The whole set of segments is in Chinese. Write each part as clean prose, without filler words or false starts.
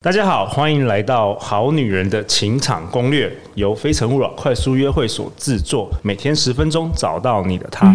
大家好，欢迎来到好女人的情场攻略，由非诚勿扰快速约会所制作，每天10分钟，找到你的他。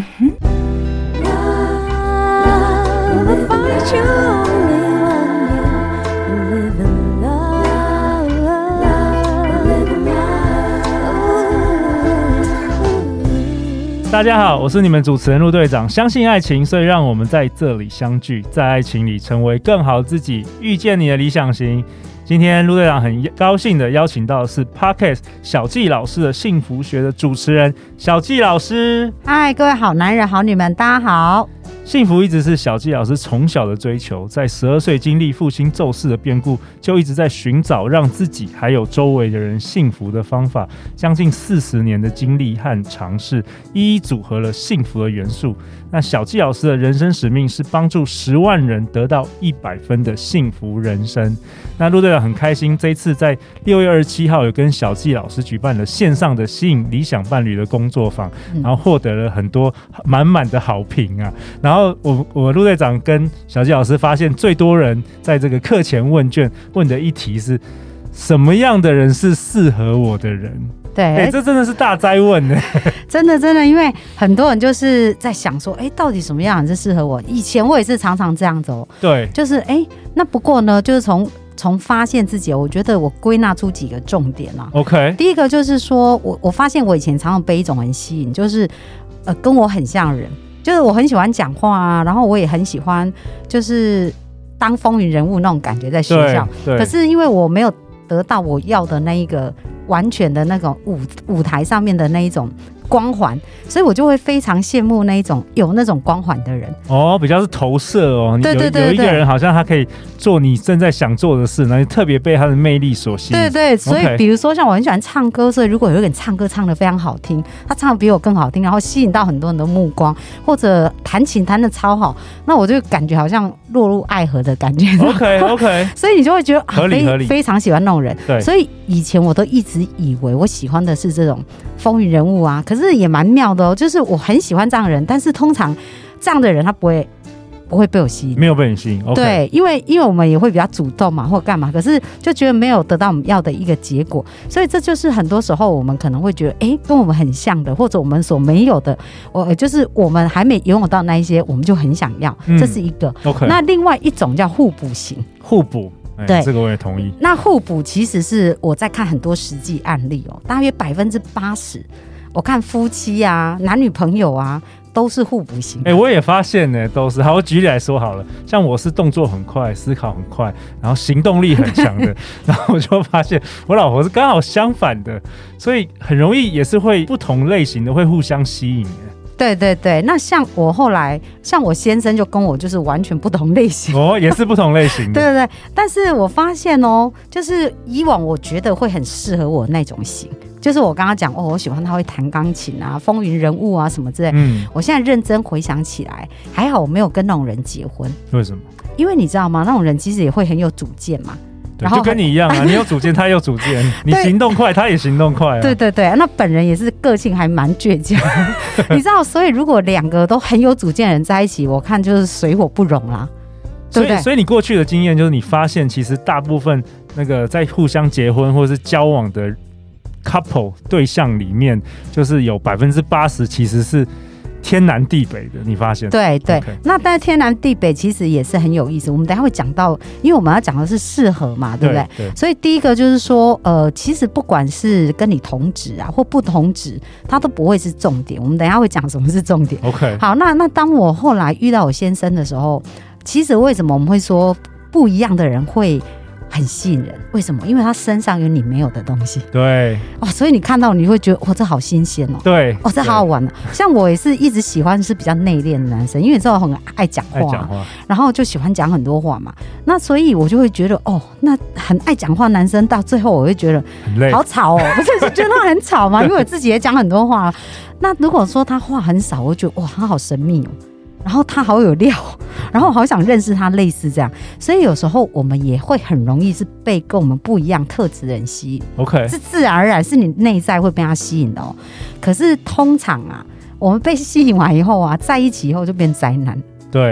大家好，我是你们主持人陆队长。相信爱情，所以让我们在这里相聚，在爱情里成为更好自己，遇见你的理想型。今天陆队长很高兴的邀请到的是 Podcast 小纪老师的幸福学的主持人小纪老师。 嗨，各位好男人好女们，大家好。 幸福一直是小纪老师从小的追求，在12岁经历父亲骤逝的变故，就一直在寻找让自己还有周围的人幸福的方法。将近40年的经历和尝试，一一组合了幸福的元素。那小纪老师的人生使命是帮助10万人得到100分的幸福人生。那陆队长很开心，这一次在6月27号有跟小纪老师举办了线上的吸引理想伴侣的工作坊，然后获得了很多满满的好评啊。然后我陆队长跟小纪老师发现，最多人在这个课前问卷问的一题是：什么样的人是适合我的人？ 对， 这真的是大哉问呢。 真的，因为很多人就是在想说，到底什么样的人是适合我？以前我也是常常这样子哦。 对， 就是那不过呢，就是从发现自己，我觉得我归纳出几个重点啊。 OK， 第一个就是说我发现我以前常常被一种人吸引，就是跟我很像的人，就是我很喜欢讲话啊，然后我也很喜欢就是当风云人物那种感觉在学校。可是因为我没有得到我要的那一个完全的那种舞台上面的那一种光环，所以我就会非常羡慕那一种有那种光环的人。 哦，比较是投射哦。对，有一个人好像他可以做你正在想做的事，然后特别被他的魅力所吸引。 对，所以比如说像我很喜欢唱歌，所以如果有一个人唱歌唱得非常好听，他唱得比我更好听，然后吸引到很多人的目光，或者弹琴弹得超好，那我就感觉好像落入爱河的感觉。OK， 所以你就会觉得合理， 非常喜欢那种人。 对， 所以以前我都一直以为我喜欢的是这种风云人物啊，可是也蛮妙的哦，就是我很喜欢这样的人，但是通常这样的人他不会被我吸引， 没有被你吸引。 对，因为我们也会比较主动嘛，或干嘛，可是就觉得没有得到我们要的一个结果，所以这就是很多时候我们可能会觉得，跟我们很像的，或者我们所没有的，就是我们还没拥有到那一些，我们就很想要，这是一个。 OK， 那另外一种叫互补型， 互补。对，这个我也同意。 那互补其实是我在看很多实际案例哦，大约80%，我看夫妻啊、男女朋友啊，都是互补型。 我也发现呢，都是。好，我举例来说好了，像我是动作很快、思考很快，然后行动力很强的，然后我就发现我老婆是刚好相反的，所以很容易也是会不同类型的会互相吸引。 对，那像我后来，像我先生就跟我就是完全不同类型哦，也是不同类型的。 对，但是我发现哦，就是以往我觉得会很适合我那种型，就是我刚刚讲我喜欢他会弹钢琴啊、风云人物啊什么之类。我现在认真回想起来，还好我没有跟那种人结婚。 为什么？ 因为你知道吗？那种人其实也会很有主见嘛。 然后就跟你一样啊，你有主见，他有主见，你行动快，他也行动快啊。 对，那本人也是个性还蛮倔强，你知道，所以如果2个都很有主见的人在一起，我看就是水火不容啦，对不对？所以你过去的经验就是你发现，其实大部分那个在互相结婚或者是交往的 couple 对象里面，就是有80%其实是天南地北的，你发现？ 对， okay， 那但是天南地北其实也是很有意思。我们等一下会讲到，因为我们要讲的是适合嘛，对不 对？所以第一个就是说，其实不管是跟你同职啊或不同职，它都不会是重点。我们等一下会讲什么是重点。 OK， 好，那当我后来遇到我先生的时候，其实为什么我们会说不一样的人会很吸引人？为什么？因为他身上有你没有的东西。 对所以你看到你会觉得这好新鲜哦。 对这好好玩哦。像我也是一直喜欢是比较内敛的男生，因为你知道我很爱讲话，然后就喜欢讲很多话嘛。那所以我就会觉得那很爱讲话男生到最后我会觉得好吵不是觉得他很吵吗？因为我自己也讲很多话。那如果说他话很少，我就觉得他好神秘哦。然后他好有料，然后好想认识他，类似这样，所以有时候我们也会很容易是被跟我们不一样特质的人吸引。 OK， 是自然而然，是你内在会被他吸引的哦。可是通常啊，我们被吸引完以后啊，在一起以后就变宅男。 对，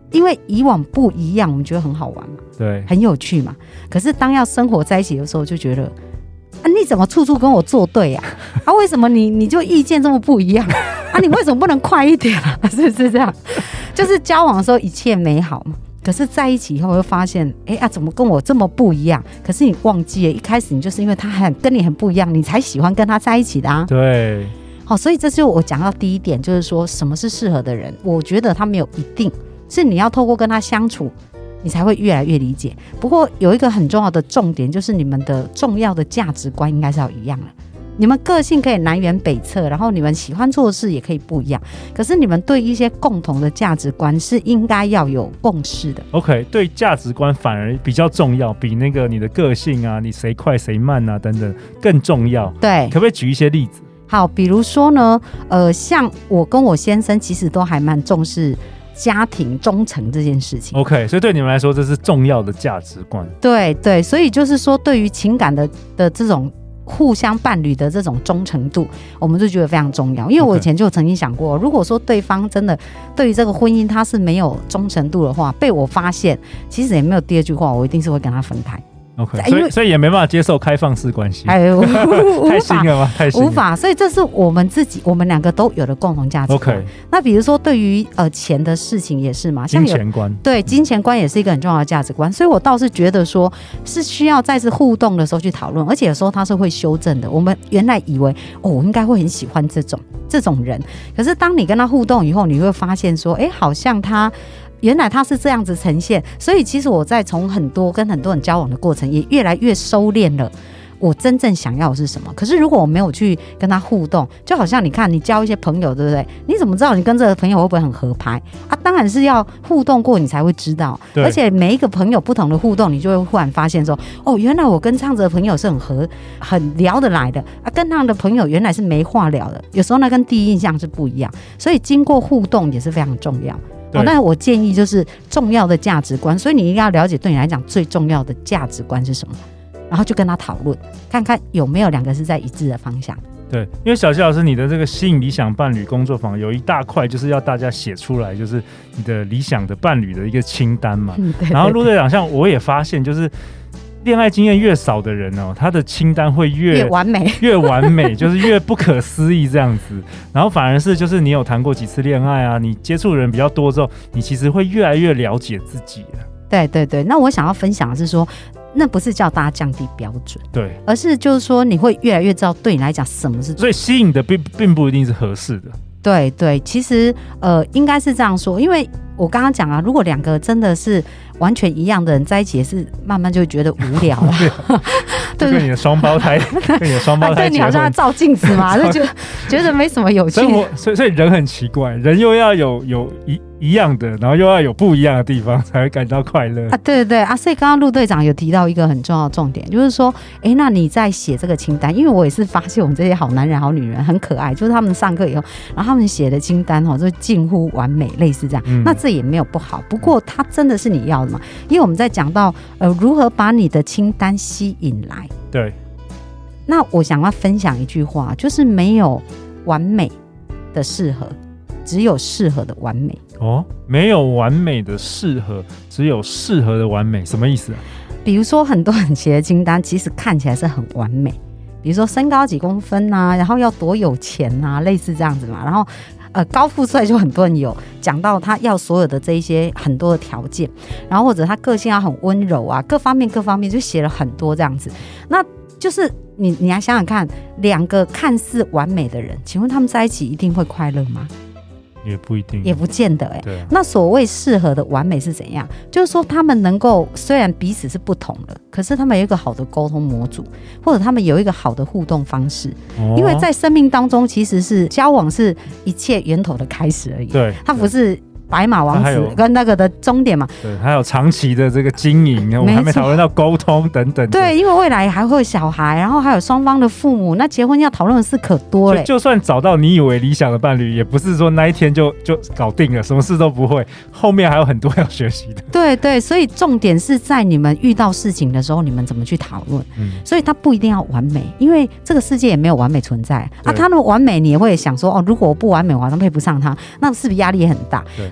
因为以往不一样，我们觉得很好玩嘛， 对， 很有趣嘛。可是当要生活在一起的时候，就觉得啊，你怎么处处跟我作对啊？啊，为什么你就意见这么不一样啊？你为什么不能快一点啊？是不是这样？就是交往的时候一切美好嘛，可是在一起以后会发现，怎么跟我这么不一样？可是你忘记了，一开始你就是因为他跟你很不一样，你才喜欢跟他在一起的啊。 对。 好，所以这就是我讲到第一点，就是说什么是适合的人。我觉得他没有一定，是你要透过跟他相处，你才会越来越理解。不过有一个很重要的重点，就是你们的重要的价值观应该是要一样的。你们个性可以南辕北辙，然后你们喜欢做的事也可以不一样，可是你们对一些共同的价值观是应该要有共识的。 OK， 对，价值观反而比较重要，比那个你的个性啊，你谁快谁慢啊等等更重要。 对， 可不可以举一些例子？ 好，比如说呢，像我跟我先生其实都还蛮重视家庭忠诚这件事情。 OK， 所以对你们来说这是重要的价值观。 对对，所以就是说对于情感的这种互相伴侣的这种忠诚度，我们就觉得非常重要。因为我以前就曾经想过，如果说对方真的对于这个婚姻他是没有忠诚度的话，被我发现，其实也没有第二句话，我一定是会跟他分开。 OK， 所以也没办法接受开放式关系， 太新了吗？太新了， 无法。所以这是我们两个都有的共同价值观。 OK， 那比如说对于钱的事情也是嘛，像金钱观， 对，金钱观也是一个很重要的价值观。所以我倒是觉得说是需要在这互动的时候去讨论，而且有时候他是会修正的。我们原来以为我应该会很喜欢这种人，可是当你跟他互动以后，你会发现说，好像原来他是这样子呈现。所以其实我在跟很多人交往的过程，也越来越收敛了我真正想要的是什么。可是如果我没有去跟他互动，就好像你看你交一些朋友，对不对？你怎么知道你跟这个朋友会不会很合拍啊？当然是要互动过你才会知道。而且每一个朋友不同的互动，你就会忽然发现说，原来我跟这样子的朋友是很聊得来的啊，跟那样的朋友原来是没话聊的。有时候呢跟第一印象是不一样，所以经过互动也是非常重要。那我建议就是重要的价值观，所以你一定要了解对你来讲最重要的价值观是什么，然后就跟他讨论，看看有没有两个是在一致的方向。 对，因为小谢老师，你的这个吸引理想伴侣工作坊有一大块就是要大家写出来，就是你的理想的伴侣的一个清单嘛。对。然后陆队长，像我也发现，就是恋爱经验越少的人哦，他的清单会越完美， 越完美，就是越不可思议这样子。然后反而是就是你有谈过几次恋爱啊，你接触的人比较多之后，你其实会越来越了解自己了。 对对对，那我想要分享的是说，那不是叫大家降低标准， 对， 而是就是说你会越来越知道对你来讲什么是， 所以吸引的并不一定是合适的。 对对，其实应该是这样说，因为我刚刚讲啊，如果两个真的是完全一样的人在一起，也是慢慢就会觉得无聊了。 对，跟你的双胞胎，跟你的双胞胎对，你好像在照镜子嘛，就觉得没什么有趣。 所以人很奇怪，人又要有一样的，然后又要有不一样的地方，才会感到快乐啊！ 对对对啊！所以刚刚陆队长有提到一个很重要的重点，就是说，那你在写这个清单，因为我也是发现我们这些好男人、好女人很可爱，就是他们上课以后，然后他们写的清单就近乎完美，类似这样。那这也没有不好，不过它真的是你要的嘛？因为我们在讲到如何把你的清单吸引来。 对。 那我想要分享一句话，就是没有完美的适合，只有适合的完美。 没有完美的适合，只有适合的完美，什么意思啊？ 比如说很多人写的清单其实看起来是很完美，比如说身高几公分啊，然后要多有钱啊，类似这样子嘛。然后高富帅就很多人有讲到他要所有的这一些很多的条件，然后或者他个性要很温柔啊，各方面就写了很多这样子。那就是你来想想看，两个看似完美的人，请问他们在一起一定会快乐吗？ 也不一定， 也不见得对。 那所谓适合的完美是怎样？就是说他们能够虽然彼此是不同的，可是他们有一个好的沟通模组，或者他们有一个好的互动方式。因为在生命当中，其实是交往是一切源头的开始而已。 对， 它不是白马王子跟那个的终点嘛？ 对，还有长期的这个经营，我们还没讨论到沟通等等。 对，因为未来还会有小孩，然后还有双方的父母，那结婚要讨论的事可多了。 就算找到你以为理想的伴侣，也不是说那一天就搞定了，什么事都不会，后面还有很多要学习的。 对对，所以重点是在你们遇到事情的时候，你们怎么去讨论。所以它不一定要完美，因为这个世界也没有完美存在啊。他那么完美，你也会想说，如果我不完美，我好像配不上他，那是不是压力也很大？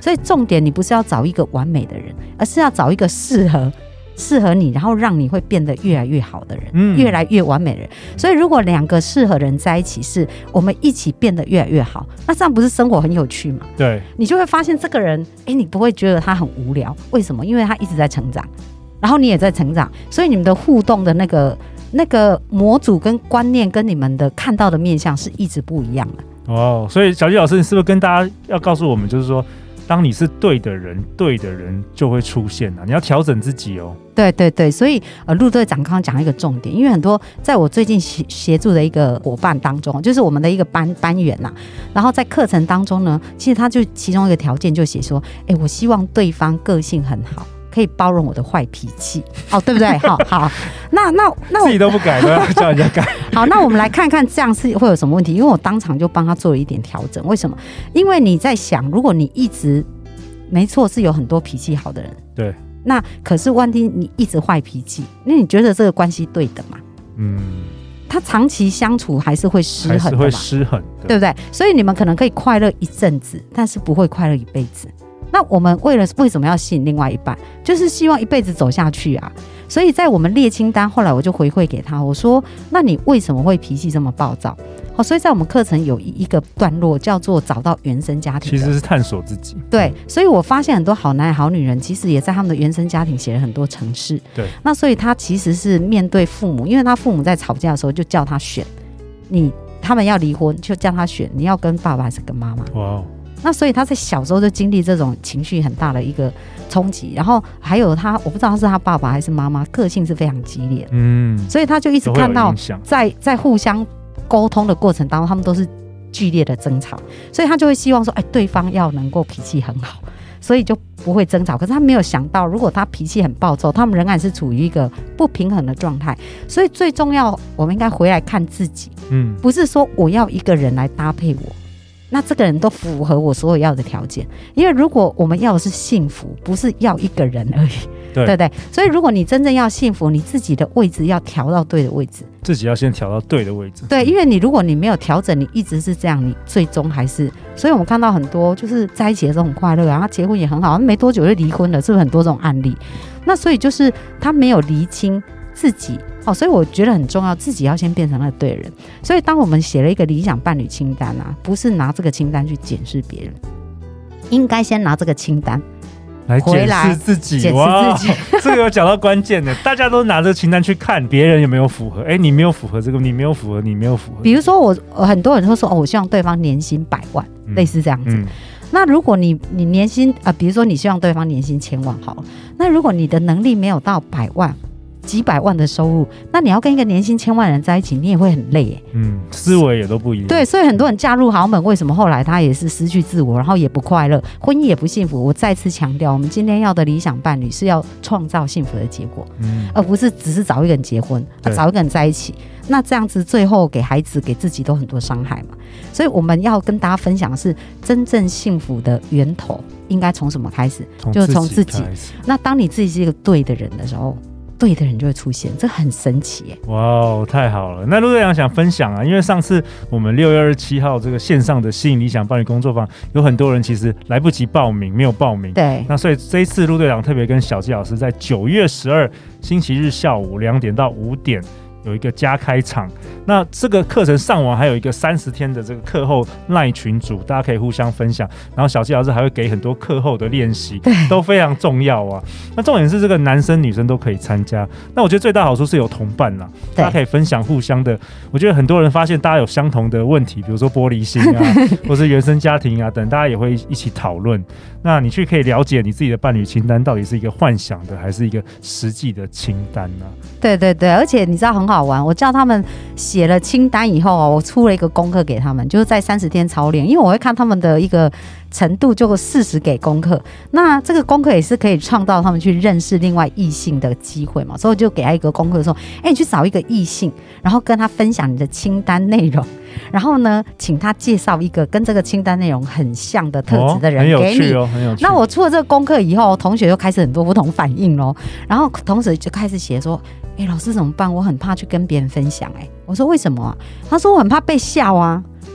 所以重点你不是要找一个完美的人，而是要找一个适合你，然后让你会变得越来越好的人，越来越完美的人。所以如果2个适合的人在一起，是我们一起变得越来越好，那这样不是生活很有趣吗？ 对， 你就会发现这个人，你不会觉得他很无聊。为什么？因为他一直在成长，然后你也在成长，所以你们的互动的那个模组跟观念跟你们的看到的面向是一直不一样的。 哦，所以小纪老师，你是不是跟大家要告诉我们，就是说当你是对的人，对的人就会出现啊！你要调整自己哦。对对对，所以陆队长刚刚讲一个重点，因为很多在我最近协助的一个伙伴当中，就是我们的一个班员呐，然后在课程当中呢，其实他就其中一个条件就写说，我希望对方个性很好，可以包容我的坏脾气，对不对？好，那自己都不改，都要叫人家改。 好，那我们来看看这样是会有什么问题？因为我当场就帮他做了一点调整。为什么？因为你在想，如果你一直没错是有很多脾气好的人，对，那可是万一你一直坏脾气，那你觉得这个关系对的吗？他长期相处还是会失衡的嘛，还是会失衡的，对不对？所以你们可能可以快乐一阵子，但是不会快乐一辈子。那我们为什么要吸引另外一半？就是希望一辈子走下去啊。所以在我们列清单，后来我就回馈给他，我说：那你为什么会脾气这么暴躁？所以在我们课程有一个段落叫做找到原生家庭，其实是探索自己。对，所以我发现很多好男人好女人其实也在他们的原生家庭写了很多程式。对，那所以他其实是面对父母，因为他父母在吵架的时候就叫他选，他们要离婚就叫他选，你要跟爸爸还是跟妈妈。哇，那所以他在小时候就经历这种情绪很大的一个冲击，然后还有他，我不知道他是他爸爸还是妈妈，个性是非常激烈的，所以他就一直看到在互相沟通的过程当中，他们都是剧烈的争吵，所以他就会希望说，对方要能够脾气很好，所以就不会争吵。可是他没有想到，如果他脾气很暴躁，他们仍然是处于一个不平衡的状态。所以最重要，我们应该回来看自己，不是说我要一个人来搭配我，那这个人都符合我所有要的条件。因为如果我们要的是幸福，不是要一个人而已，对不对？所以如果你真正要幸福，你自己的位置要调到对的位置，自己要先调到对的位置。对，因为如果你没有调整，你一直是这样，你最终还是……所以我们看到很多就是在一起的时候很快乐，然后结婚也很好，没多久就离婚了，是不是很多这种案例？那所以就是他没有厘清自己。所以我觉得很重要，自己要先变成那个对的人。所以当我们写了一个理想伴侣清单啊，不是拿这个清单去检视别人，应该先拿这个清单来检视自己。哇，这个有讲到关键的，大家都拿这个清单去看别人有没有符合。你没有符合这个，你没有符合，你没有符合。比如说很多人会说，我希望对方年薪100万，类似这样子。那如果你年薪比如说你希望对方年薪1000万好了，那如果你的能力没有到100万。几百万的收入，那你要跟一个年薪1000万人在一起，你也会很累耶。思维也都不一样。对，所以很多人嫁入豪门，为什么后来他也是失去自我，然后也不快乐，婚姻也不幸福？我再次强调，我们今天要的理想伴侣是要创造幸福的结果，而不是只是找一个人结婚，找一个人在一起。那这样子最后给孩子给自己都很多伤害嘛。所以我们要跟大家分享的是，真正幸福的源头应该从什么开始？就是从自己。那当你自己是一个对的人的时候，对的人就会出现，这很神奇耶！哇，太好了！那陆队长想分享啊，因为上次我们6月27号这个线上的吸引理想伴侣工作坊，有很多人其实来不及报名，没有报名。对，那所以这一次陆队长特别跟小纪老师在9月12星期日下午2点到5点。有一个加开场，那这个课程上完还有一个30天的这个课后 LINE 群组，大家可以互相分享，然后小纪老师还会给很多课后的练习，都非常重要啊。那重点是这个男生女生都可以参加，那我觉得最大好处是有同伴啦，大家可以分享互相的。我觉得很多人发现大家有相同的问题，比如说玻璃心啊，或是原生家庭啊等，大家也会一起讨论。那你去可以了解你自己的伴侣清单到底是一个幻想的还是一个实际的清单呢？对对对，而且你知道很好玩，我叫他们写了清单以后我出了一个功课给他们，就是在30天操练，因为我会看他们的一个程度，就40给功课。那这个功课也是可以创造他们去认识另外异性的机会嘛，所以我就给他一个功课说，你去找一个异性，然后跟他分享你的清单内容，然后呢，请他介绍一个跟这个清单内容很像的特质的人给你。很有趣。那我出了这个功课以后，同学就开始很多不同反应咯，然后同时就开始写说，老师怎么办？我很怕去跟别人分享。我说为什么啊？他说我很怕被笑啊。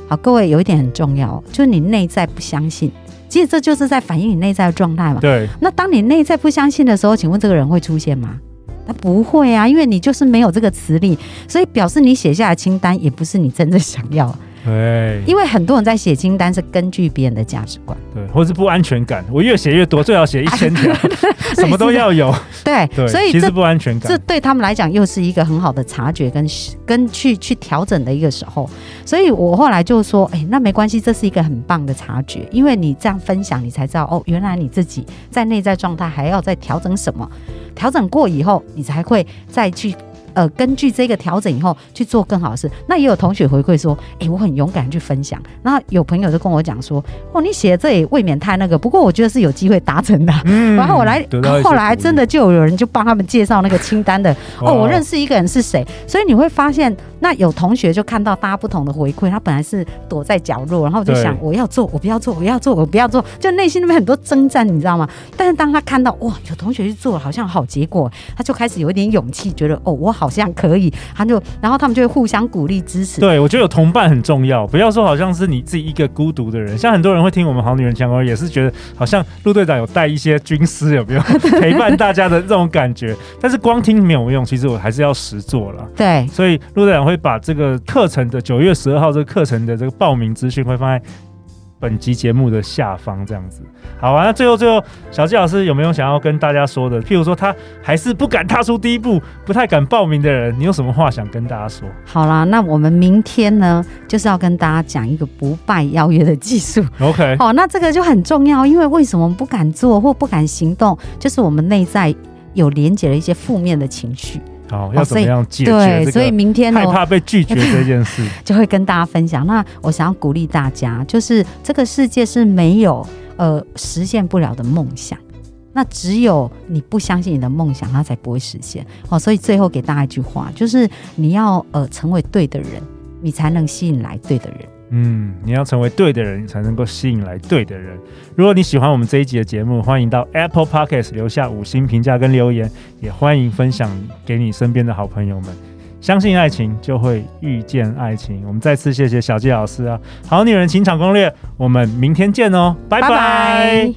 好，各位有一点很重要，就是你内在不相信，其实这就是在反映你内在的状态嘛。 对。 那当你内在不相信的时候，请问这个人会出现吗？他不会啊，因为你就是没有这个磁力，所以表示你写下的清单也不是你真正想要的。 对， 因为很多人在写清单是根据别人的价值观， 对，或是不安全感，我越写越多，最好写1000条，什么都要有。 对，所以其实不安全感， 这对他们来讲又是一个很好的察觉跟去调整的一个时候。所以我后来就说，那没关系，这是一个很棒的察觉，因为你这样分享，你才知道哦，原来你自己在内在状态还要再调整什么，调整过以后，你才会再去。根据这个调整以后去做更好的事。那也有同学回馈说，我很勇敢去分享。然后有朋友就跟我讲说，你写的这也未免太那个，不过我觉得是有机会达成的。然后后来真的就有人就帮他们介绍那个清单的。我认识一个人是谁，所以你会发现，那有同学就看到大家不同的回馈，他本来是躲在角落，然后就想我要做，我不要做，我要做，我不要做，就内心那边很多征战，你知道吗？但是当他看到有同学去做，好像好结果，他就开始有一点勇气，觉得我好像可以，然后他们就会互相鼓励支持。 对，我觉得有同伴很重要，不要说好像是你自己一个孤独的人。像很多人会听我们好女人强攻，也是觉得好像陆队长有带一些军师，有没有陪伴大家的这种感觉？但是光听没有用，其实我还是要实做了。对，所以陆队长会把这个课程的9月12号这个课程的这个报名资讯会放在本集节目的下方，这样子。好啊，那最后，小纪老师有没有想要跟大家说的？譬如说，他还是不敢踏出第一步，不太敢报名的人，你有什么话想跟大家说？ 好啦，那我们明天呢，就是要跟大家讲一个不败邀约的技术。 OK， 好，那这个就很重要，因为为什么不敢做或不敢行动，就是我们内在有连结了一些负面的情绪。 要怎么样解决对，所以明天害怕被拒绝这件事就会跟大家分享。那我想要鼓励大家，就是这个世界是没有实现不了的梦想，那只有你不相信你的梦想，它才不会实现。所以最后给大家一句话，就是你要成为对的人，你才能吸引来对的人。 你要成为对的人，你才能够吸引来对的人。如果你喜欢我们这一集的节目，欢迎到 Apple Podcast 留下5星评价跟留言，也欢迎分享给你身边的好朋友们。相信爱情，就会遇见爱情。我们再次谢谢小纪老师啊！好女人情场攻略，我们明天见哦，拜拜。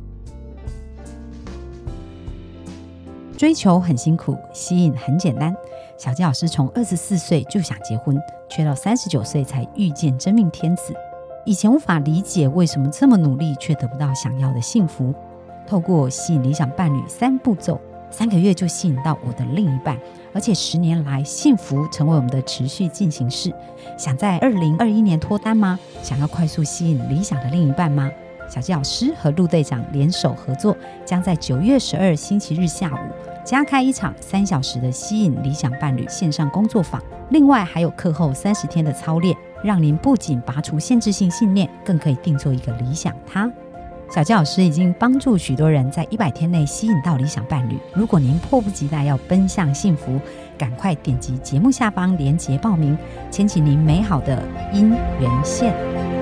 追求很辛苦，吸引很简单。小纪老师从24岁就想结婚，却到39岁才遇见真命天子。以前无法理解为什么这么努力却得不到想要的幸福。透过吸引理想伴侣3步骤，3个月就吸引到我的另一半，而且10年来幸福成为我们的持续进行式。想在2021年脱单吗？想要快速吸引理想的另一半吗？小纪老师和陆队长联手合作，将在9月12星期日下午加开一场3小时的吸引理想伴侣线上工作坊，另外还有课后30天的操练，让您不仅拔除限制性信念，更可以定做一个理想他。小纪老师已经帮助许多人在100天内吸引到理想伴侣。如果您迫不及待要奔向幸福，赶快点击节目下方连结报名，牵起您美好的姻缘线。